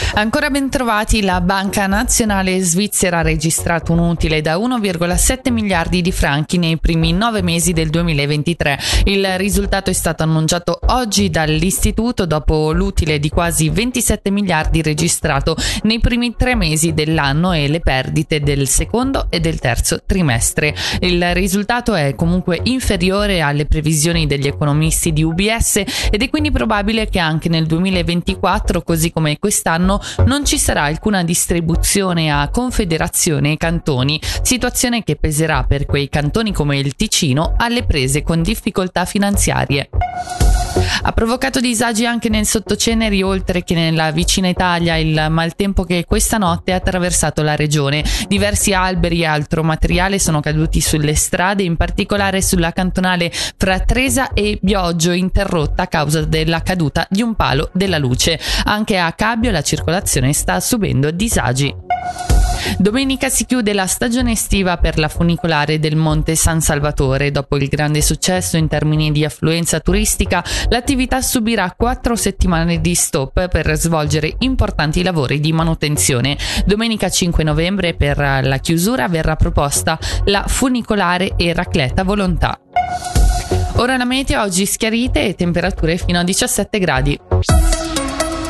Ancora ben trovati, la Banca Nazionale Svizzera ha registrato un utile da 1,7 miliardi di franchi nei primi 9 mesi del 2023. Il risultato è stato annunciato oggi dall'istituto dopo l'utile di quasi 27 miliardi registrato nei primi 3 mesi dell'anno e le perdite del secondo e del terzo trimestre. Il risultato è comunque inferiore alle previsioni degli economisti di UBS ed è quindi probabile che anche nel 2024, così come quest'anno, non ci sarà alcuna distribuzione a confederazione e cantoni, situazione che peserà per quei cantoni come il Ticino alle prese con difficoltà finanziarie. Ha provocato disagi anche nel Sottoceneri, oltre che nella vicina Italia, il maltempo che questa notte ha attraversato la regione. Diversi alberi e altro materiale sono caduti sulle strade, in particolare sulla cantonale fra Tresa e Bioggio, interrotta a causa della caduta di un palo della luce. Anche a Cabbio la circolazione sta subendo disagi. Domenica si chiude la stagione estiva per la funicolare del Monte San Salvatore. Dopo il grande successo in termini di affluenza turistica, l'attività subirà 4 settimane di stop per svolgere importanti lavori di manutenzione. Domenica 5 novembre per la chiusura verrà proposta la funicolare e racletta volontà. Ora la meteo, oggi schiarite e temperature fino a 17 gradi.